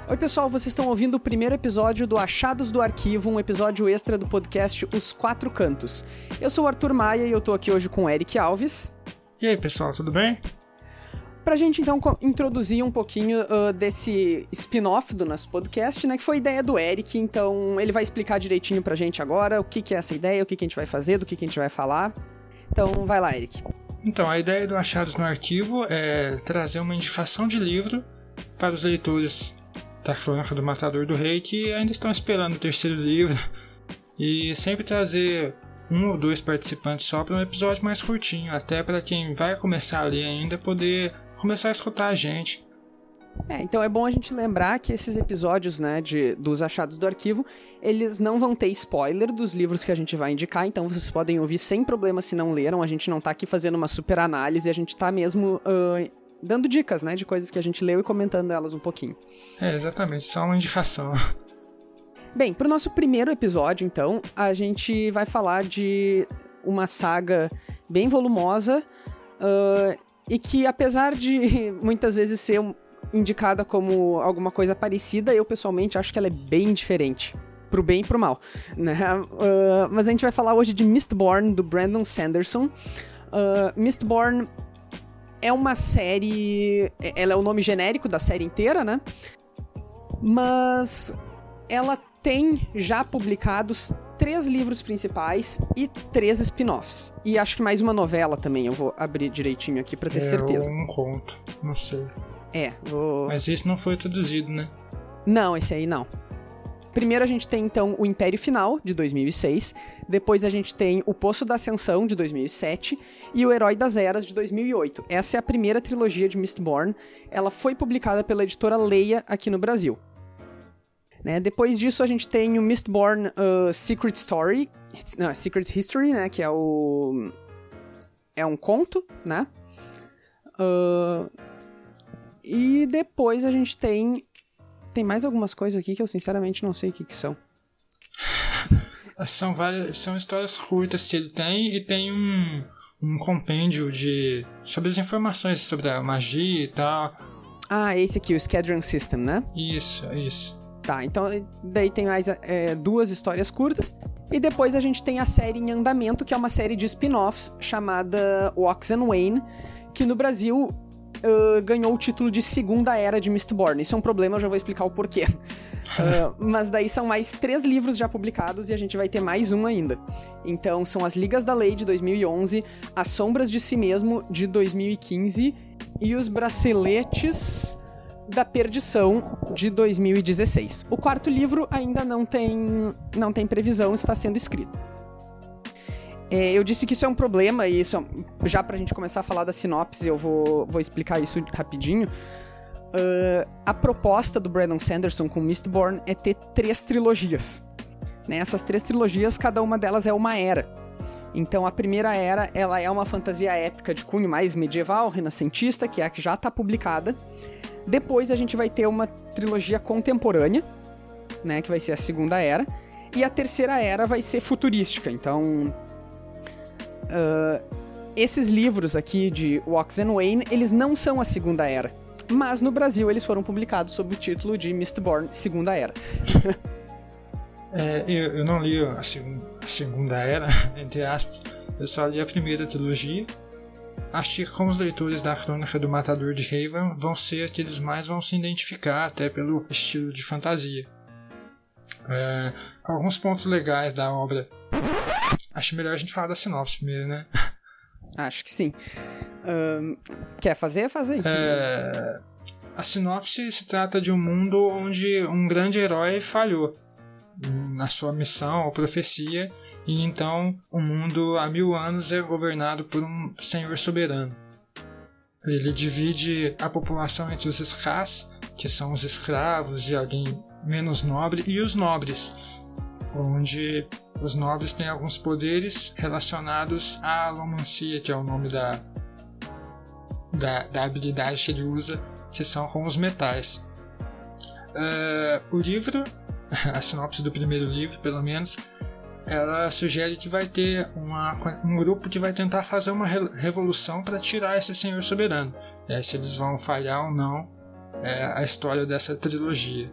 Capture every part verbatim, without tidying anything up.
Oi pessoal, vocês estão ouvindo o primeiro episódio do Achados do Arquivo, um episódio extra do podcast Os Quatro Cantos. Eu sou o Arthur Maia e eu tô aqui hoje com o Eric Alves. E aí pessoal, tudo bem? Pra gente então introduzir um pouquinho uh, desse spin-off do nosso podcast, né, que foi ideia do Eric, então ele vai explicar direitinho pra gente agora o que, que é essa ideia, o que, que a gente vai fazer, do que, que a gente vai falar. Então vai lá, Eric. Então, a ideia do Achados no Arquivo é trazer uma indicação de livro para os leitores da Crônica do Matador do Rei que ainda estão esperando o terceiro livro e sempre trazer um ou dois participantes só para um episódio mais curtinho, até para quem vai começar a ler ainda poder começar a escutar a gente. É, então é bom a gente lembrar que esses episódios, né, de, dos Achados do Arquivo, eles não vão ter spoiler dos livros que a gente vai indicar, então vocês podem ouvir sem problema se não leram, a gente não tá aqui fazendo uma super análise, a gente tá mesmo uh, dando dicas, né, de coisas que a gente leu e comentando elas um pouquinho. É, exatamente, só uma indicação. Bem, pro nosso primeiro episódio, então, a gente vai falar de uma saga bem volumosa uh, e que, apesar de muitas vezes ser um indicada como alguma coisa parecida, eu pessoalmente acho que ela é bem diferente, pro bem e pro mal, né? Uh, mas a gente vai falar hoje de Mistborn, do Brandon Sanderson. Uh, Mistborn é uma série, ela é o nome genérico da série inteira, né? Mas ela tem já publicados três livros principais e três spin-offs. E acho que mais uma novela também, eu vou abrir direitinho aqui pra ter é, certeza. Ou um conto, não sei. É, vou... Mas esse não foi traduzido, né? Não, esse aí não. Primeiro a gente tem, então, o Império Final, de dois mil e seis. Depois a gente tem o Poço da Ascensão, de dois mil e sete. E o Herói das Eras, de dois mil e oito. Essa é a primeira trilogia de Mistborn. Ela foi publicada pela editora Leia aqui no Brasil. Né? Depois disso a gente tem o Mistborn uh, Secret Story. Não, Secret History, né? Que é o... É um conto, né? Uh... E depois a gente tem... Tem mais algumas coisas aqui que eu sinceramente não sei o que, que são. São várias, são histórias curtas que ele tem e tem um, um compêndio de, sobre as informações sobre a magia e tal. Ah, esse aqui, o Squadron System, né? Isso, isso. Tá, então daí tem mais é, duas histórias curtas. E depois a gente tem a série em andamento, que é uma série de spin-offs chamada Wax and Wayne, que no Brasil... Uh, ganhou o título de Segunda Era de Mistborn. Isso é um problema, eu já vou explicar o porquê. Uh, mas daí são mais três livros já publicados e a gente vai ter mais um ainda. Então são As Ligas da Lei, de dois mil e onze, As Sombras de Si Mesmo, de dois mil e quinze, e Os Braceletes da Perdição, de dois mil e dezesseis. O quarto livro ainda não tem, não tem previsão, está sendo escrito. É, eu disse que isso é um problema, e isso, já pra gente começar a falar da sinopse, eu vou, vou explicar isso rapidinho. Uh, a proposta do Brandon Sanderson com Mistborn é ter três trilogias. Né? Essas três trilogias, cada uma delas é uma era. Então a primeira era, ela é uma fantasia épica de cunho mais medieval, renascentista, que é a que já está publicada. Depois a gente vai ter uma trilogia contemporânea, né, que vai ser a segunda era. E a terceira era vai ser futurística, então... Uh, esses livros aqui de Wax and Wayne, eles não são a Segunda Era, mas no Brasil eles foram publicados sob o título de Mistborn Segunda Era. é, eu, eu não li a, seg- a Segunda Era, entre aspas, eu só li a primeira trilogia. Acho que como os leitores da Crônica do Matador de Rei vão, vão ser aqueles mais vão se identificar, até pelo estilo de fantasia. É, alguns pontos legais da obra. Acho melhor a gente falar da sinopse primeiro, né? Acho que sim. Um, quer fazer? Fazer. É, a sinopse se trata de um mundo onde um grande herói falhou na sua missão ou profecia, e então o mundo há mil anos é governado por um senhor soberano. Ele divide a população entre os Skás, que são os escravos e alguém menos nobre, e os nobres, onde os nobres têm alguns poderes relacionados à alomancia, que é o nome da, da, da habilidade que ele usa, que são com os metais. Uh, o livro, a sinopse do primeiro livro, pelo menos, ela sugere que vai ter uma, um grupo que vai tentar fazer uma re- revolução para tirar esse senhor soberano. É, se eles vão falhar ou não, é a história dessa trilogia.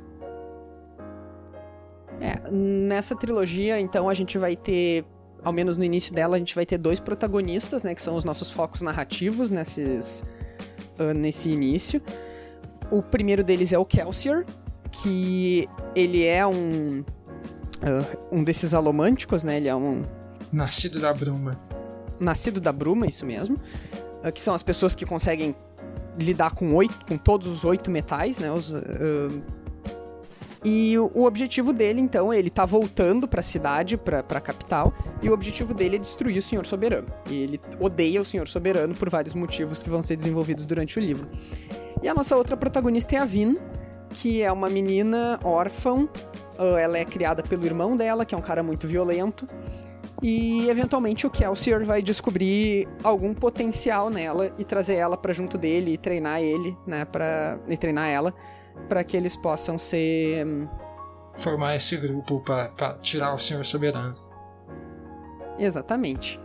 É, nessa trilogia, então, a gente vai ter, ao menos no início dela, a gente vai ter dois protagonistas, né, que são os nossos focos narrativos nesses, uh, nesse início. O primeiro deles é o Kelsier, que ele é um, uh, um desses alomânticos, né, ele é um... Nascido da bruma. Nascido da bruma, isso mesmo. Uh, que são as pessoas que conseguem lidar com, oito, com todos os oito metais, né, os... Uh, E o objetivo dele, então, ele tá voltando pra cidade, pra, pra capital, e o objetivo dele é destruir o Senhor Soberano. E ele odeia o Senhor Soberano por vários motivos que vão ser desenvolvidos durante o livro. E a nossa outra protagonista é a Vin, que é uma menina órfã. Ela é criada pelo irmão dela, que é um cara muito violento. E, eventualmente, o Kelsier vai descobrir algum potencial nela e trazer ela pra junto dele e treinar ele, né, pra... e treinar ela, para que eles possam ser... formar esse grupo para tirar o Senhor Soberano. Exatamente.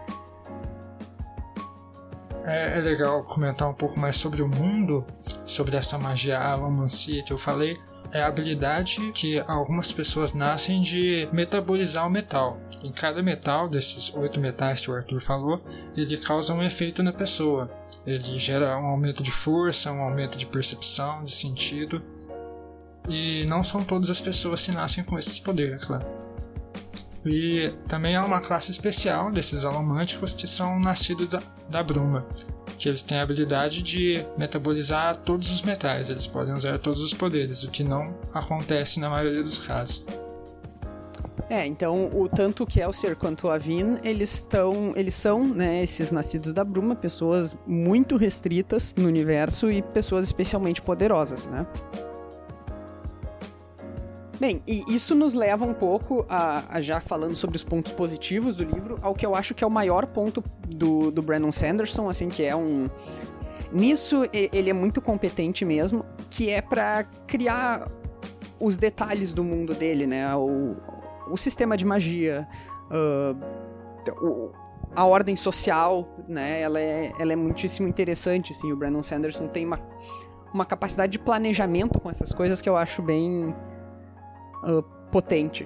É, é legal comentar um pouco mais sobre o mundo, sobre essa magia alomancia que eu falei. É a habilidade que algumas pessoas nascem de metabolizar o metal. Em cada metal, desses oito metais que o Arthur falou, ele causa um efeito na pessoa. Ele gera um aumento de força, um aumento de percepção, de sentido. E não são todas as pessoas que nascem com esses poderes, claro. E também há uma classe especial desses alomânticos que são nascidos da, da bruma, que eles têm a habilidade de metabolizar todos os metais, eles podem usar todos os poderes, o que não acontece na maioria dos casos. É, então, o, tanto o Kelsier quanto a Vin, eles, estão, eles são, né, esses nascidos da bruma, pessoas muito restritas no universo e pessoas especialmente poderosas, né? Bem, e isso nos leva um pouco, a, a já falando sobre os pontos positivos do livro, ao que eu acho que é o maior ponto do, do Brandon Sanderson, assim, que é um... Nisso, ele é muito competente mesmo, que é pra criar os detalhes do mundo dele, né? O, o sistema de magia, uh, o, a ordem social, né? Ela é, ela é muitíssimo interessante, assim. O Brandon Sanderson tem uma, uma capacidade de planejamento com essas coisas que eu acho bem... Uh, potente.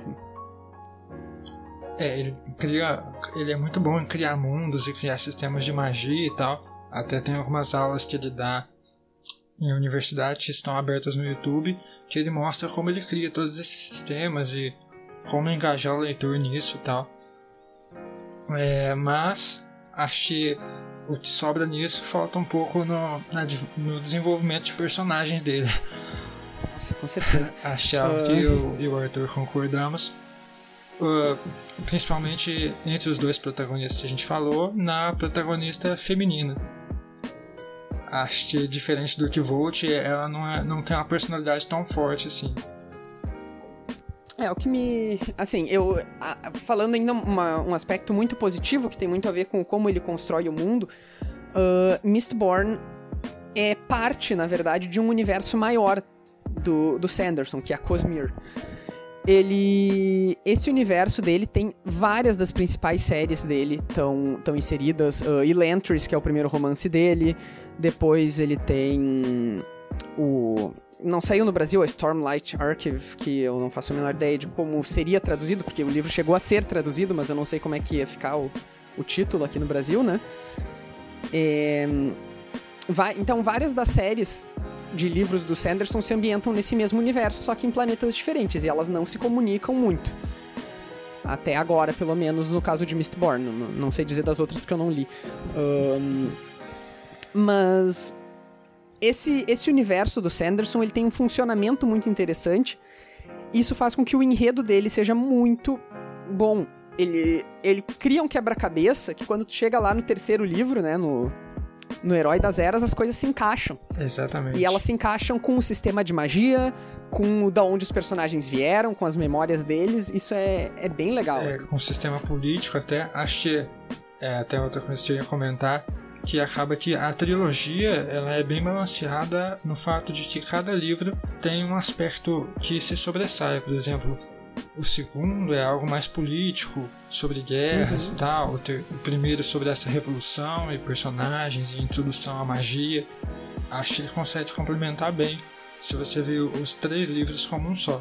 É, ele cria, ele é muito bom em criar mundos e criar sistemas de magia e tal. Até tem algumas aulas que ele dá em universidade que estão abertas no YouTube, que ele mostra como ele cria todos esses sistemas e como engajar o leitor nisso e tal. É, mas acho que o que sobra nisso falta um pouco no, na, no desenvolvimento de personagens dele. Nossa, com certeza. Achava uh... que eu e o Arthur concordamos, uh, principalmente entre os dois protagonistas que a gente falou, na protagonista feminina. Acho que, diferente do T-Volt, ela não, é, não tem uma personalidade tão forte assim. É, o que me... Assim, eu... A, falando ainda uma, um aspecto muito positivo, que tem muito a ver com como ele constrói o mundo, uh, Mistborn é parte, na verdade, de um universo maior Do, do Sanderson, que é a Cosmere. Ele... Esse universo dele tem várias das principais séries dele tão, tão inseridas. Uh, Elantris, que é o primeiro romance dele. Depois ele tem o... Não saiu no Brasil, a Stormlight Archive, que eu não faço a menor ideia de como seria traduzido, porque o livro chegou a ser traduzido, mas eu não sei como é que ia ficar o, o título aqui no Brasil, né? É... Vai... Então, várias das séries de livros do Sanderson se ambientam nesse mesmo universo, só que em planetas diferentes, e elas não se comunicam muito. Até agora, pelo menos no caso de Mistborn. Não, não sei dizer das outras porque eu não li. Um, mas esse, esse universo do Sanderson, ele tem um funcionamento muito interessante. Isso faz com que o enredo dele seja muito bom. Ele, ele cria um quebra-cabeça que quando tu chega lá no terceiro livro, né, no... no Herói das Eras, as coisas se encaixam. Exatamente. E elas se encaixam com o sistema de magia, com da onde os personagens vieram, com as memórias deles. Isso é, é bem legal. É, com o sistema político até. Acho que é, até outra coisa que eu ia comentar, que acaba que a trilogia ela é bem balanceada no fato de que cada livro tem um aspecto que se sobressai. Por exemplo, o segundo é algo mais político, sobre guerras, uhum, e tal. O, ter, o primeiro sobre essa revolução e personagens e introdução à magia. acho que ele consegue complementar bem se você viu os três livros como um só.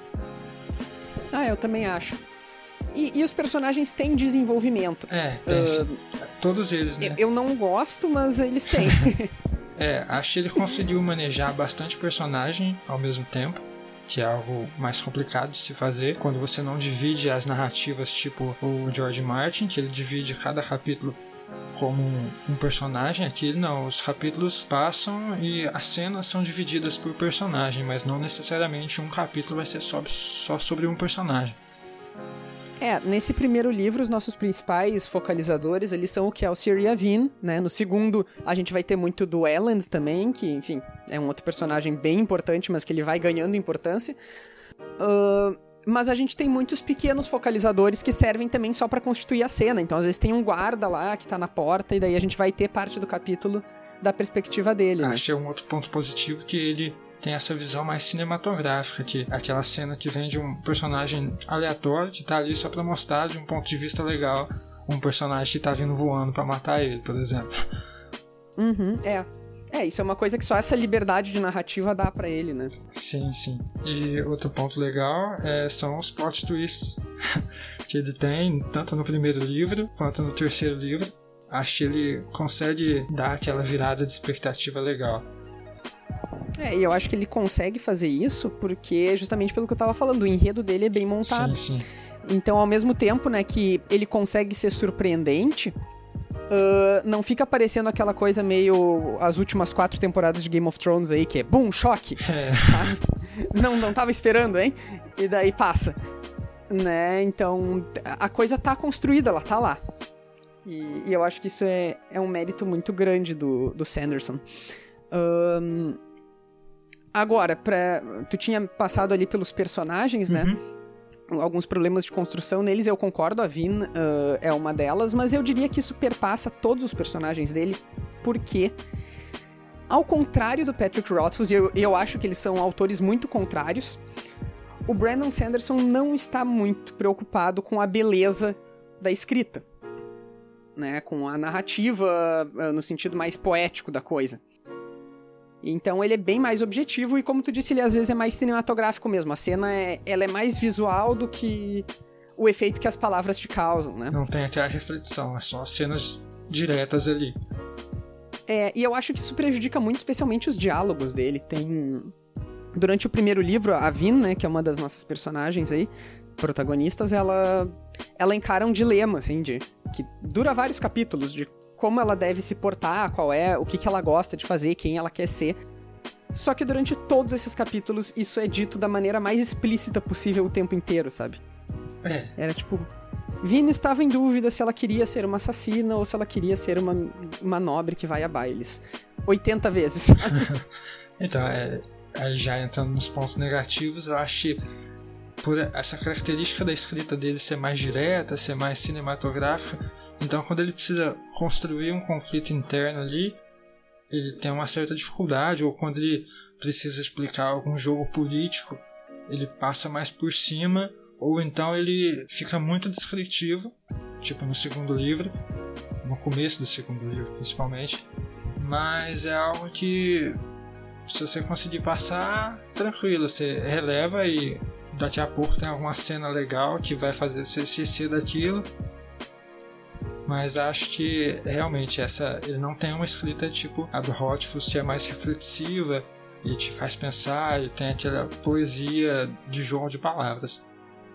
Ah, eu também acho. E, e os personagens têm desenvolvimento. É, tem uh, sim. Todos eles, né? Eu não gosto, mas eles têm. É, acho que ele conseguiu manejar bastante personagem ao mesmo tempo, que é algo mais complicado de se fazer quando você não divide as narrativas tipo o George Martin, que ele divide cada capítulo como um, um personagem. Aqui não, os capítulos passam e as cenas são divididas por personagem, mas não necessariamente um capítulo vai ser só, só sobre um personagem. É, nesse primeiro livro, os nossos principais focalizadores, eles são o Kelsier e a Vin, né? No segundo, a gente vai ter muito do Elend também, que, enfim, é um outro personagem bem importante, mas que ele vai ganhando importância. Uh, mas a gente tem muitos pequenos focalizadores que servem também só pra constituir a cena. Então, às vezes tem um guarda lá que tá na porta, e daí a gente vai ter parte do capítulo da perspectiva dele, né? Acho que é um outro ponto positivo que ele tem essa visão mais cinematográfica, que aquela cena que vem de um personagem aleatório que tá ali só pra mostrar de um ponto de vista legal um personagem que tá vindo voando pra matar ele, por exemplo. Uhum, é. É, isso é uma coisa que só essa liberdade de narrativa dá pra ele, né? Sim, sim. E outro ponto legal é, são os plot twists que ele tem, tanto no primeiro livro quanto no terceiro livro. Acho que ele consegue dar aquela virada de expectativa legal. É, e eu acho que ele consegue fazer isso porque, justamente pelo que eu tava falando, o enredo dele é bem montado. Sim, sim. Então, ao mesmo tempo, né, que ele consegue ser surpreendente, uh, não fica parecendo aquela coisa meio as últimas quatro temporadas de Game of Thrones aí, que é bum, choque, é. sabe? Não, não tava esperando, hein? E daí passa, né? Então, a coisa tá construída, ela tá lá. E, e eu acho que isso é, é um mérito muito grande do, do Sanderson. Um, agora, pra, tu tinha passado ali pelos personagens, né? Uhum. Alguns problemas de construção neles, eu concordo, a Vin uh, é uma delas, mas eu diria que isso perpassa todos os personagens dele, porque, ao contrário do Patrick Rothfuss, e eu, eu acho que eles são autores muito contrários, o Brandon Sanderson não está muito preocupado com a beleza da escrita, né? Com a narrativa uh, no sentido mais poético da coisa. Então ele é bem mais objetivo e, como tu disse, ele às vezes é mais cinematográfico mesmo. A cena é, ela é mais visual do que o efeito que as palavras te causam, né? Não tem até a reflexão, é só cenas diretas ali. É, e eu acho que isso prejudica muito, especialmente os diálogos dele. Tem... Durante o primeiro livro, a Vin, né, que é uma das nossas personagens aí, protagonistas, ela, ela encara um dilema, assim, de... que dura vários capítulos, de como ela deve se portar, qual é, o que, que ela gosta de fazer, quem ela quer ser. Só que durante todos esses capítulos, isso é dito da maneira mais explícita possível o tempo inteiro, sabe? É. Era tipo... Vin estava em dúvida se ela queria ser uma assassina ou se ela queria ser uma, uma nobre que vai a bailes. oitenta vezes. Então, é, aí já entrando nos pontos negativos, eu acho que por essa característica da escrita dele ser mais direta, ser mais cinematográfica, então quando ele precisa construir um conflito interno ali, ele tem uma certa dificuldade, ou quando ele precisa explicar algum jogo político, ele passa mais por cima, ou então ele fica muito descritivo, tipo no segundo livro, no começo do segundo livro principalmente, mas é algo que, se você conseguir passar, tranquilo, você releva e daqui a pouco tem alguma cena legal que vai fazer você esquecer daquilo. Mas acho que realmente essa, ele não tem uma escrita tipo a do Rothfuss, que é mais reflexiva e te faz pensar, e tem aquela poesia de jogo de palavras.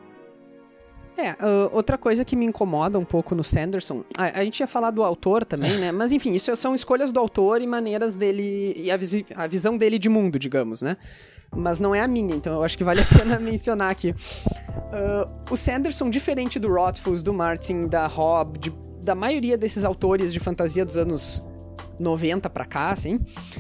É, uh, outra coisa que me incomoda um pouco no Sanderson, a, a gente ia falar do autor também, né? Mas enfim, isso são escolhas do autor e maneiras dele, e a, visi, a visão dele de mundo, digamos, né? Mas não é a minha, então eu acho que vale a pena mencionar aqui. Uh, o Sanderson, diferente do Rothfuss, do Martin, da Hobb, de, da maioria desses autores de fantasia dos anos noventa pra cá, assim,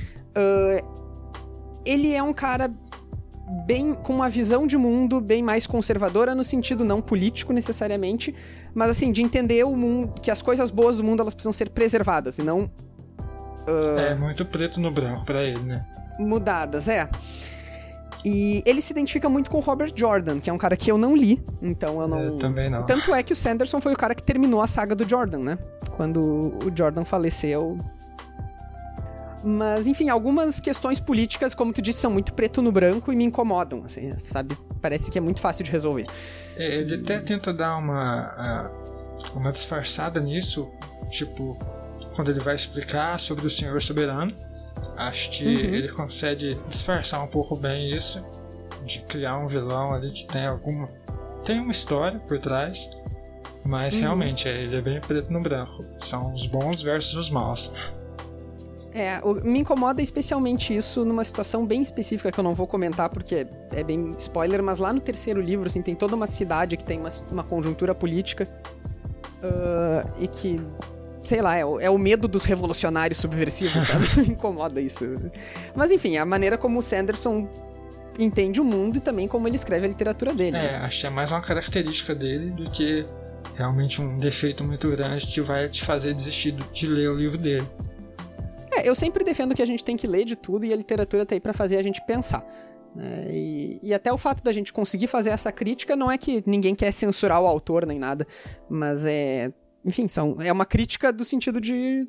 uh, ele é um cara bem com uma visão de mundo bem mais conservadora, no sentido não político necessariamente, mas assim, de entender o mundo, que as coisas boas do mundo elas precisam ser preservadas e não uh, é muito preto no branco pra ele, né? Mudadas, é. E ele se identifica muito com o Robert Jordan, que é um cara que eu não li, então eu não... Eu também não. Tanto é que o Sanderson foi o cara que terminou a saga do Jordan, né? Quando o Jordan faleceu. Mas, enfim, algumas questões políticas, como tu disse, são muito preto no branco e me incomodam, assim, sabe? Parece que é muito fácil de resolver. É, ele até tenta dar uma, uma disfarçada nisso, tipo, quando ele vai explicar sobre o Senhor Soberano. Acho que uhum. ele consegue disfarçar um pouco bem isso, de criar um vilão ali que tem alguma... tem uma história por trás, mas uhum. realmente ele é bem preto no branco. São os bons versus os maus. É, o, me incomoda especialmente isso numa situação bem específica que eu não vou comentar porque é bem spoiler, mas lá no terceiro livro, assim, tem toda uma cidade que tem uma, uma conjuntura política uh, e que, sei lá, é o, é o medo dos revolucionários subversivos, sabe? Me incomoda isso. Mas enfim, a maneira como o Sanderson entende o mundo e também como ele escreve a literatura dele. É, né? acho que é mais uma característica dele do que realmente um defeito muito grande que vai te fazer desistir de ler o livro dele. É, eu sempre defendo que a gente tem que ler de tudo e a literatura tá aí pra fazer a gente pensar. É, e, e até o fato da gente conseguir fazer essa crítica não é que ninguém quer censurar o autor nem nada, mas é... Enfim, são, é uma crítica do sentido de...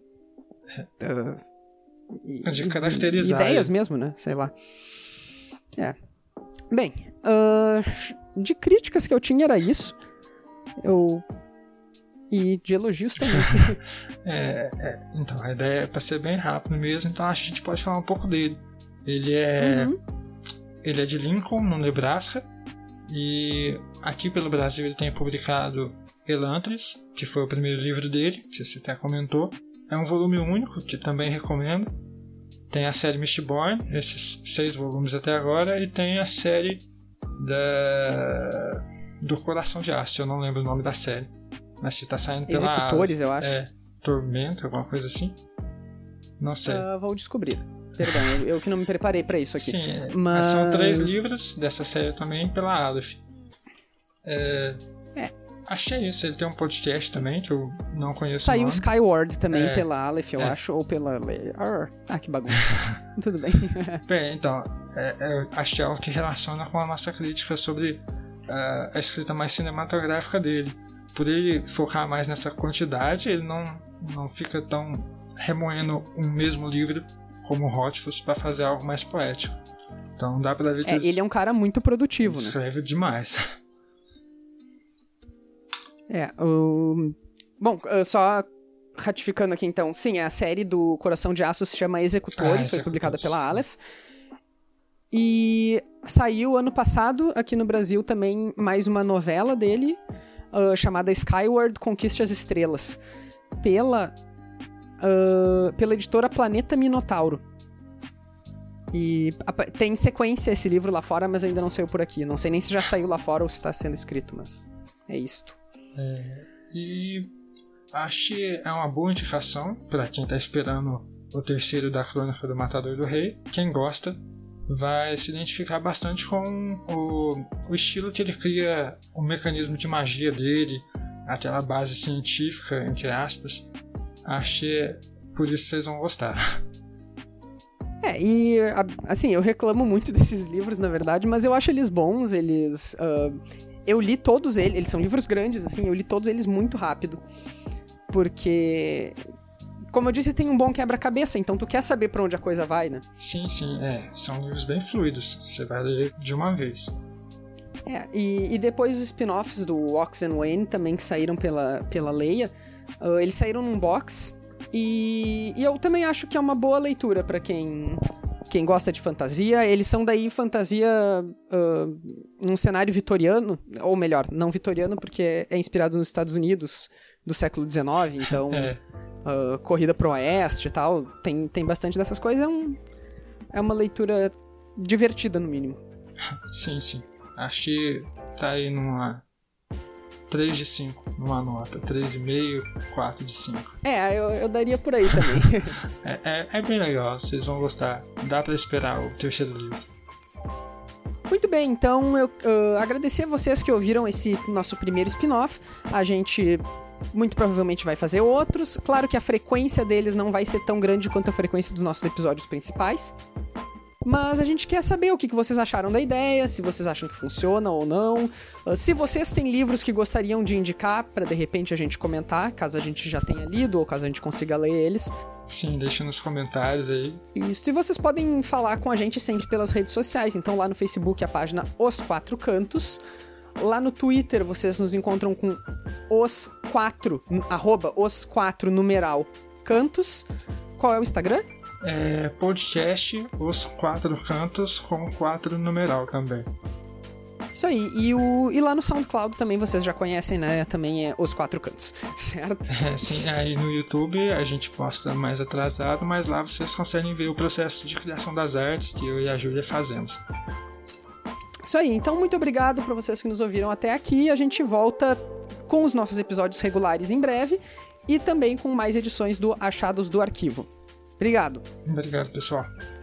Uh, de caracterizar. Ideias mesmo, né? Sei lá. É. Bem, uh, de críticas que eu tinha era isso. Eu... E de elogios também. é, é, então, a ideia é pra ser bem rápido mesmo, então acho que a gente pode falar um pouco dele. Ele é, uhum. ele é de Lincoln, no Nebraska, e aqui pelo Brasil ele tem publicado Elantris, que foi o primeiro livro dele, que você até comentou. É um volume único, que também recomendo. Tem a série Mistborn, esses seis volumes até agora, e tem a série da... do Coração de Aço, eu não lembro o nome da série. Mas se tá saindo pela... Executores, eu acho. É, Tormento, alguma coisa assim. Não sei. Uh, vou descobrir. Perdão, eu, eu que não me preparei pra isso aqui. Sim, mas... são três livros dessa série também pela Aleph. É... é. Achei isso. Ele tem um podcast também, que eu não conheço. Saiu o Skyward também é. pela Aleph, eu é. acho, ou pela... Ah, que bagunça. Tudo bem. Bem, então, é, é, acho que é algo que relaciona com a nossa crítica sobre uh, a escrita mais cinematográfica dele. Por ele focar mais nessa quantidade, ele não, não fica tão remoendo um mesmo livro como Rothfuss para fazer algo mais poético. Então dá pra ver que é, ele é um cara muito produtivo, ele né? Escreve demais. É, o... Bom, só ratificando aqui então, sim, a série do Coração de Aço se chama Executores, ah, foi Executores. Publicada pela Aleph. E saiu ano passado aqui no Brasil também mais uma novela dele, Uh, chamada Skyward Conquiste as Estrelas, pela, uh, pela editora Planeta Minotauro. E a, tem sequência esse livro lá fora, mas ainda não saiu por aqui. Não sei nem se já saiu lá fora ou se está sendo escrito, mas é isto. É, e acho que é uma boa indicação para quem está esperando o terceiro da Crônica do Matador do Rei. Quem gosta vai se identificar bastante com o, o estilo que ele cria, o mecanismo de magia dele, aquela base científica, entre aspas. Acho que por isso vocês vão gostar. É, e assim, eu reclamo muito desses livros, na verdade, mas eu acho eles bons, eles... Uh, eu li todos eles, eles são livros grandes, assim, eu li todos eles muito rápido, porque... Como eu disse, tem um bom quebra-cabeça, então tu quer saber pra onde a coisa vai, né? Sim, sim, é. São livros bem fluidos, você vai ler de uma vez. É, e, e depois os spin-offs do Ox and Wayne, também que saíram pela, pela Leia, uh, eles saíram num box, e, e eu também acho que é uma boa leitura pra quem, quem gosta de fantasia. Eles são daí fantasia uh, num cenário vitoriano, ou melhor, não vitoriano, porque é inspirado nos Estados Unidos do século dezenove, então... é. Uh, corrida pro oeste e tal, tem, tem bastante dessas coisas, é, um, é uma leitura divertida, no mínimo. Sim, sim. Acho que tá aí numa três de cinco, numa nota. três vírgula cinco, quatro de cinco. É, eu, eu daria por aí também. é, é, é bem legal, vocês vão gostar. Dá pra esperar o terceiro livro. Muito bem, então eu uh, agradecer a vocês que ouviram esse nosso primeiro spin-off. A gente... muito provavelmente vai fazer outros. Claro que a frequência deles não vai ser tão grande quanto a frequência dos nossos episódios principais. Mas a gente quer saber o que vocês acharam da ideia, se vocês acham que funciona ou não. Se vocês têm livros que gostariam de indicar para de repente a gente comentar, caso a gente já tenha lido ou caso a gente consiga ler eles. Sim, deixa nos comentários aí. Isso, e vocês podem falar com a gente sempre pelas redes sociais. Então lá no Facebook a página Os Quatro Cantos. Lá no Twitter vocês nos encontram com os quatro, arroba os quatro numeral cantos. Qual é o Instagram? É podcast Os Quatro Cantos com quatro numeral também. Isso aí, e, o, e lá no SoundCloud também vocês já conhecem, né? Também é Os Quatro Cantos, certo? É, sim, aí no YouTube a gente posta mais atrasado, mas lá vocês conseguem ver o processo de criação das artes que eu e a Júlia fazemos. Isso aí, então muito obrigado para vocês que nos ouviram até aqui. A gente volta com os nossos episódios regulares em breve e também com mais edições do Achados do Arquivo. Obrigado. Obrigado, pessoal.